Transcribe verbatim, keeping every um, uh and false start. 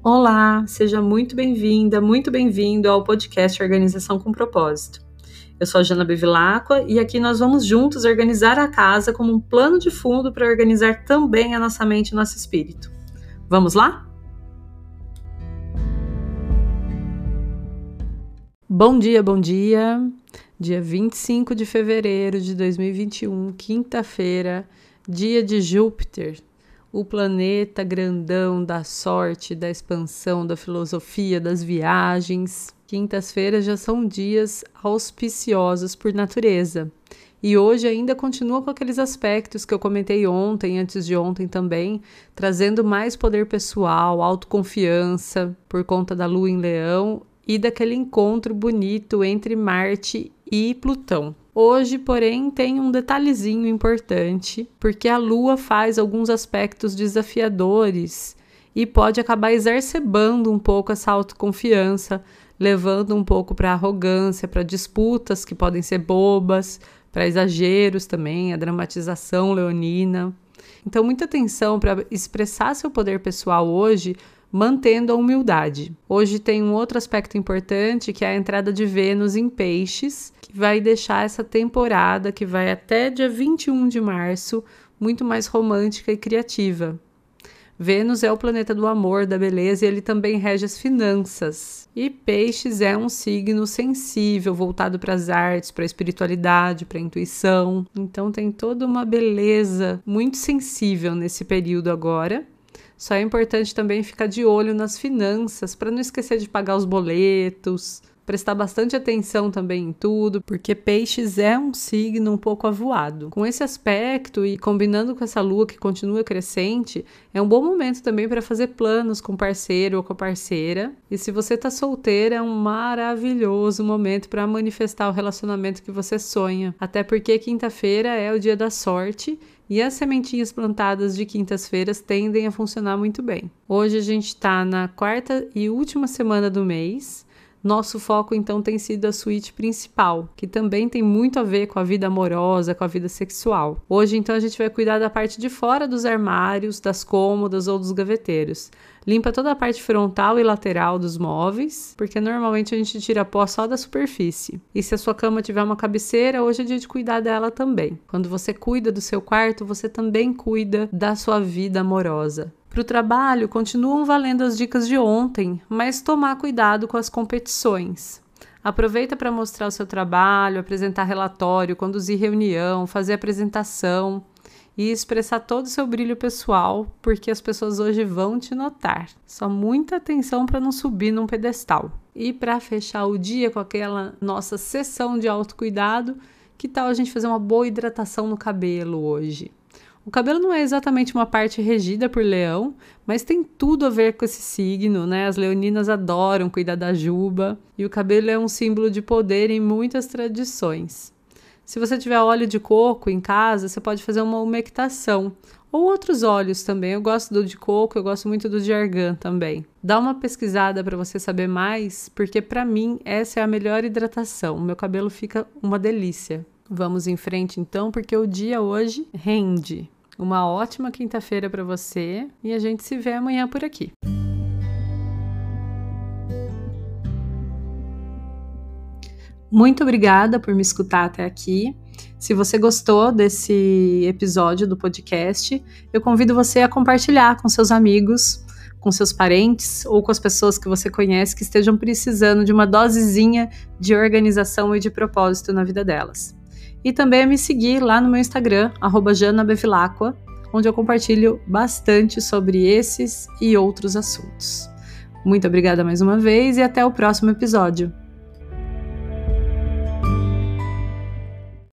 Olá, seja muito bem-vinda, muito bem-vindo ao podcast Organização com Propósito. Eu sou a Jana Bevilacqua e aqui nós vamos juntos organizar a casa como um plano de fundo para organizar também a nossa mente e nosso espírito. Vamos lá? Bom dia, bom dia! Dia vinte e cinco de fevereiro de dois mil e vinte e um, quinta-feira, dia de Júpiter, o planeta grandão da sorte, da expansão, da filosofia, das viagens. Quintas-feiras já são dias auspiciosos por natureza. E hoje ainda continua com aqueles aspectos que eu comentei ontem, antes de ontem também, trazendo mais poder pessoal, autoconfiança, por conta da Lua em Leão e daquele encontro bonito entre Marte e Plutão. Hoje, porém, tem um detalhezinho importante, porque a Lua faz alguns aspectos desafiadores e pode acabar exacerbando um pouco essa autoconfiança, levando um pouco para arrogância, para disputas que podem ser bobas, para exageros também, a dramatização leonina. Então, muita atenção para expressar seu poder pessoal hoje, mantendo a humildade. Hoje tem um outro aspecto importante, que é a entrada de Vênus em Peixes, que vai deixar essa temporada, que vai até dia vinte e um de março, muito mais romântica e criativa. Vênus é o planeta do amor, da beleza, e ele também rege as finanças. E Peixes é um signo sensível, voltado para as artes, para a espiritualidade, para a intuição. Então tem toda uma beleza muito sensível nesse período agora. Só é importante também ficar de olho nas finanças, para não esquecer de pagar os boletos, prestar bastante atenção também em tudo, porque Peixes é um signo um pouco avoado. Com esse aspecto e combinando com essa lua que continua crescente, é um bom momento também para fazer planos com o parceiro ou com a parceira. E se você está solteira, é um maravilhoso momento para manifestar o relacionamento que você sonha. Até porque quinta-feira é o dia da sorte, e as sementinhas plantadas de quintas-feiras tendem a funcionar muito bem. Hoje a gente está na quarta e última semana do mês. Nosso foco, então, tem sido a suíte principal, que também tem muito a ver com a vida amorosa, com a vida sexual. Hoje, então, a gente vai cuidar da parte de fora dos armários, das cômodas ou dos gaveteiros. Limpa toda a parte frontal e lateral dos móveis, porque normalmente a gente tira pó só da superfície. E se a sua cama tiver uma cabeceira, hoje é dia de cuidar dela também. Quando você cuida do seu quarto, você também cuida da sua vida amorosa. Para o trabalho, continuam valendo as dicas de ontem, mas tomar cuidado com as competições. Aproveita para mostrar o seu trabalho, apresentar relatório, conduzir reunião, fazer apresentação e expressar todo o seu brilho pessoal, porque as pessoas hoje vão te notar. Só muita atenção para não subir num pedestal. E para fechar o dia com aquela nossa sessão de autocuidado, que tal a gente fazer uma boa hidratação no cabelo hoje? O cabelo não é exatamente uma parte regida por leão, mas tem tudo a ver com esse signo, né? As leoninas adoram cuidar da juba e o cabelo é um símbolo de poder em muitas tradições. Se você tiver óleo de coco em casa, você pode fazer uma umectação. Ou outros óleos também. Eu gosto do de coco, eu gosto muito do de argan também. Dá uma pesquisada para você saber mais, porque para mim essa é a melhor hidratação. O meu cabelo fica uma delícia. Vamos em frente então, porque o dia hoje rende. Uma ótima quinta-feira para você e a gente se vê amanhã por aqui. Muito obrigada por me escutar até aqui. Se você gostou desse episódio do podcast, eu convido você a compartilhar com seus amigos, com seus parentes ou com as pessoas que você conhece que estejam precisando de uma dosezinha de organização e de propósito na vida delas. E também a me seguir lá no meu Instagram, arroba Jana Bevilacqua, onde eu compartilho bastante sobre esses e outros assuntos. Muito obrigada mais uma vez e até o próximo episódio.